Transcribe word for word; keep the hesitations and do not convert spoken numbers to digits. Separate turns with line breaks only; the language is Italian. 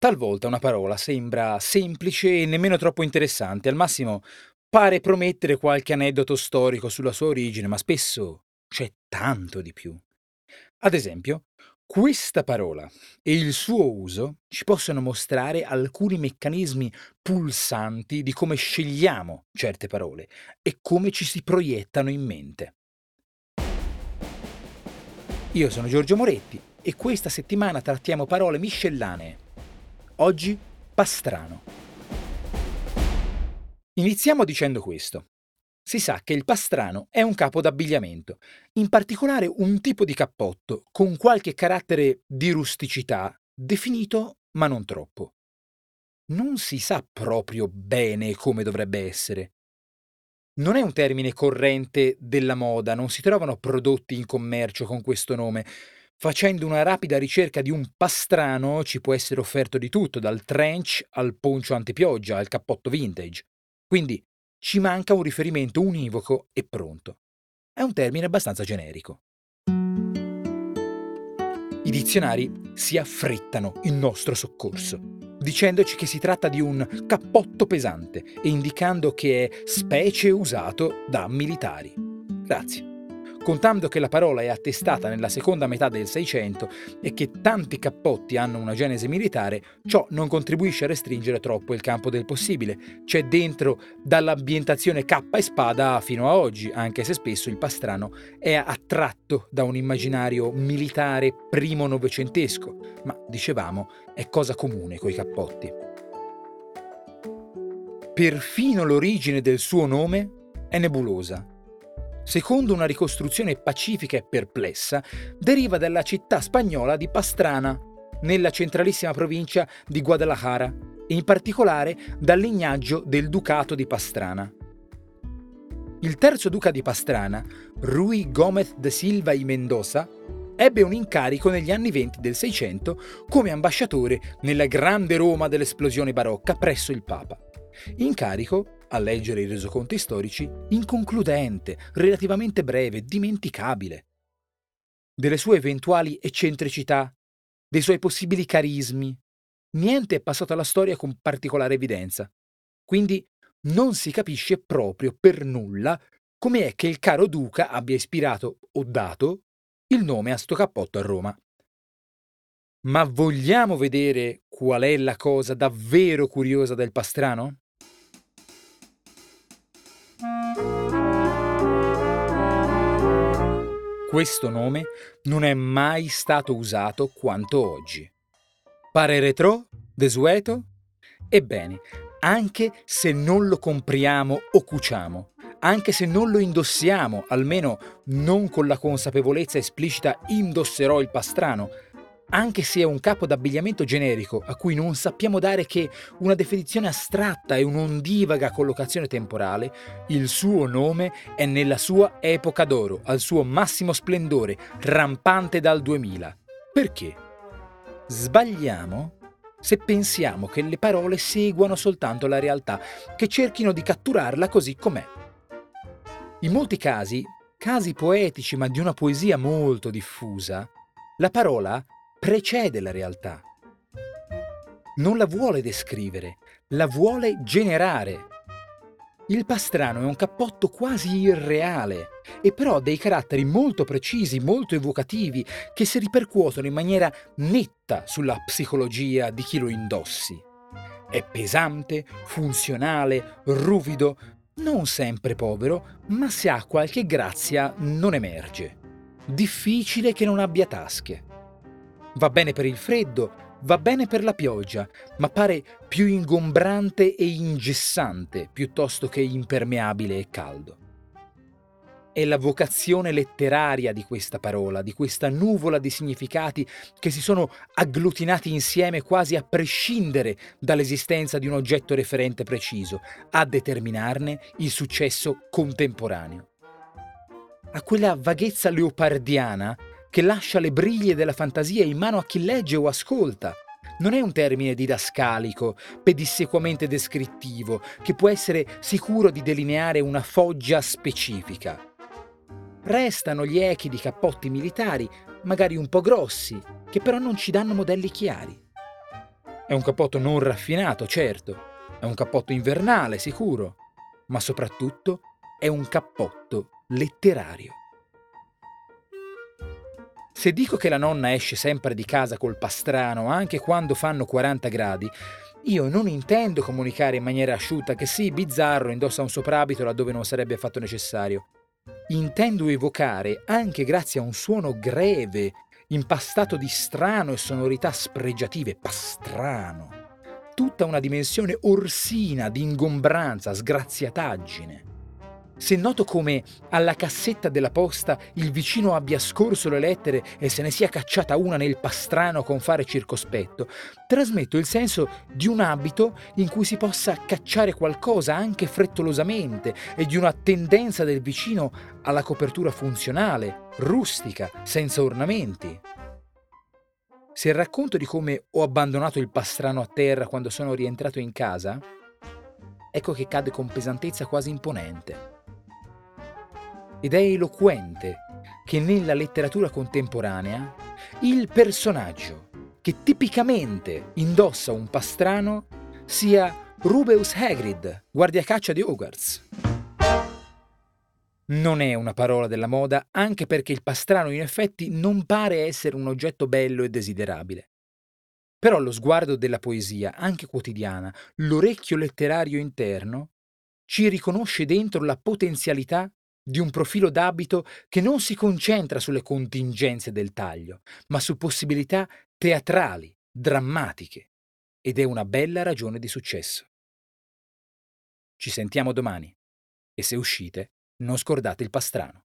Talvolta una parola sembra semplice e nemmeno troppo interessante, al massimo pare promettere qualche aneddoto storico sulla sua origine, ma spesso c'è tanto di più. Ad esempio, questa parola e il suo uso ci possono mostrare alcuni meccanismi pulsanti di come scegliamo certe parole e come ci si proiettano in mente. Io sono Giorgio Moretti e questa settimana trattiamo parole miscellanee. Oggi pastrano. Iniziamo dicendo questo. Si sa che il pastrano è un capo d'abbigliamento, in particolare un tipo di cappotto con qualche carattere di rusticità, definito ma non troppo. Non si sa proprio bene come dovrebbe essere. Non è un termine corrente della moda, non si trovano prodotti in commercio con questo nome. Facendo una rapida ricerca di un pastrano ci può essere offerto di tutto, dal trench al poncio antipioggia, al cappotto vintage. Quindi ci manca un riferimento univoco e pronto. È un termine abbastanza generico. I dizionari si affrettano in nostro soccorso, dicendoci che si tratta di un cappotto pesante e indicando che è specie usato da militari. Grazie. Contando che la parola è attestata nella seconda metà del Seicento e che tanti cappotti hanno una genesi militare, ciò non contribuisce a restringere troppo il campo del possibile. C'è dentro dall'ambientazione cappa e spada fino a oggi, anche se spesso il pastrano è attratto da un immaginario militare primo novecentesco, ma dicevamo è cosa comune coi cappotti. Perfino l'origine del suo nome è nebulosa. Secondo una ricostruzione pacifica e perplessa, deriva dalla città spagnola di Pastrana, nella centralissima provincia di Guadalajara, e in particolare dal lignaggio del Ducato di Pastrana. Il terzo duca di Pastrana, Ruy Gómez de Silva y Mendoza, ebbe un incarico negli anni venti del Seicento come ambasciatore nella grande Roma dell'esplosione barocca presso il Papa. Incarico, a leggere i resoconti storici, inconcludente, relativamente breve, dimenticabile. Delle sue eventuali eccentricità, dei suoi possibili carismi, niente è passato alla storia con particolare evidenza. Quindi non si capisce proprio per nulla come è che il caro duca abbia ispirato o dato il nome a sto cappotto a Roma. Ma vogliamo vedere qual è la cosa davvero curiosa del pastrano? Questo nome non è mai stato usato quanto oggi. Pare retro? Desueto? Ebbene, anche se non lo compriamo o cuciamo, anche se non lo indossiamo, almeno non con la consapevolezza esplicita indosserò il pastrano, anche se è un capo d'abbigliamento generico a cui non sappiamo dare che una definizione astratta e un'ondivaga collocazione temporale, il suo nome è nella sua epoca d'oro, al suo massimo splendore, rampante dal duemila. Perché? Sbagliamo se pensiamo che le parole seguano soltanto la realtà, che cerchino di catturarla così com'è. In molti casi, casi poetici ma di una poesia molto diffusa, la parola precede la realtà. Non la vuole descrivere, la vuole generare. Il pastrano è un cappotto quasi irreale, e però ha dei caratteri molto precisi, molto evocativi, che si ripercuotono in maniera netta sulla psicologia di chi lo indossi. È pesante, funzionale, ruvido, non sempre povero, ma se ha qualche grazia non emerge. Difficile che non abbia tasche. Va bene per il freddo, va bene per la pioggia, ma pare più ingombrante e ingessante piuttosto che impermeabile e caldo. È la vocazione letteraria di questa parola, di questa nuvola di significati che si sono agglutinati insieme quasi a prescindere dall'esistenza di un oggetto referente preciso, a determinarne il successo contemporaneo. A quella vaghezza leopardiana che lascia le briglie della fantasia in mano a chi legge o ascolta. Non è un termine didascalico, pedissequamente descrittivo, che può essere sicuro di delineare una foggia specifica. Restano gli echi di cappotti militari, magari un po' grossi, che però non ci danno modelli chiari. È È un cappotto non raffinato, certo, è un cappotto invernale, sicuro, ma soprattutto è un cappotto letterario. Se dico che la nonna esce sempre di casa col pastrano anche quando fanno quaranta gradi, io non intendo comunicare in maniera asciutta che sì, bizzarro, indossa un soprabito laddove non sarebbe affatto necessario. Intendo evocare, anche grazie a un suono greve, impastato di strano e sonorità spregiative, pastrano, tutta una dimensione orsina di ingombranza, sgraziataggine. Se noto come alla cassetta della posta il vicino abbia scorso le lettere e se ne sia cacciata una nel pastrano con fare circospetto, trasmetto il senso di un abito in cui si possa cacciare qualcosa anche frettolosamente e di una tendenza del vicino alla copertura funzionale, rustica, senza ornamenti. Se racconto di come ho abbandonato il pastrano a terra quando sono rientrato in casa, ecco che cade con pesantezza quasi imponente. Ed è eloquente che nella letteratura contemporanea il personaggio che tipicamente indossa un pastrano sia Rubeus Hagrid, guardiacaccia di Hogwarts. Non è una parola della moda, anche perché il pastrano in effetti non pare essere un oggetto bello e desiderabile. Però lo sguardo della poesia, anche quotidiana, l'orecchio letterario interno, ci riconosce dentro la potenzialità di un profilo d'abito che non si concentra sulle contingenze del taglio, ma su possibilità teatrali, drammatiche. Ed è una bella ragione di successo. Ci sentiamo domani e se uscite, non scordate il pastrano.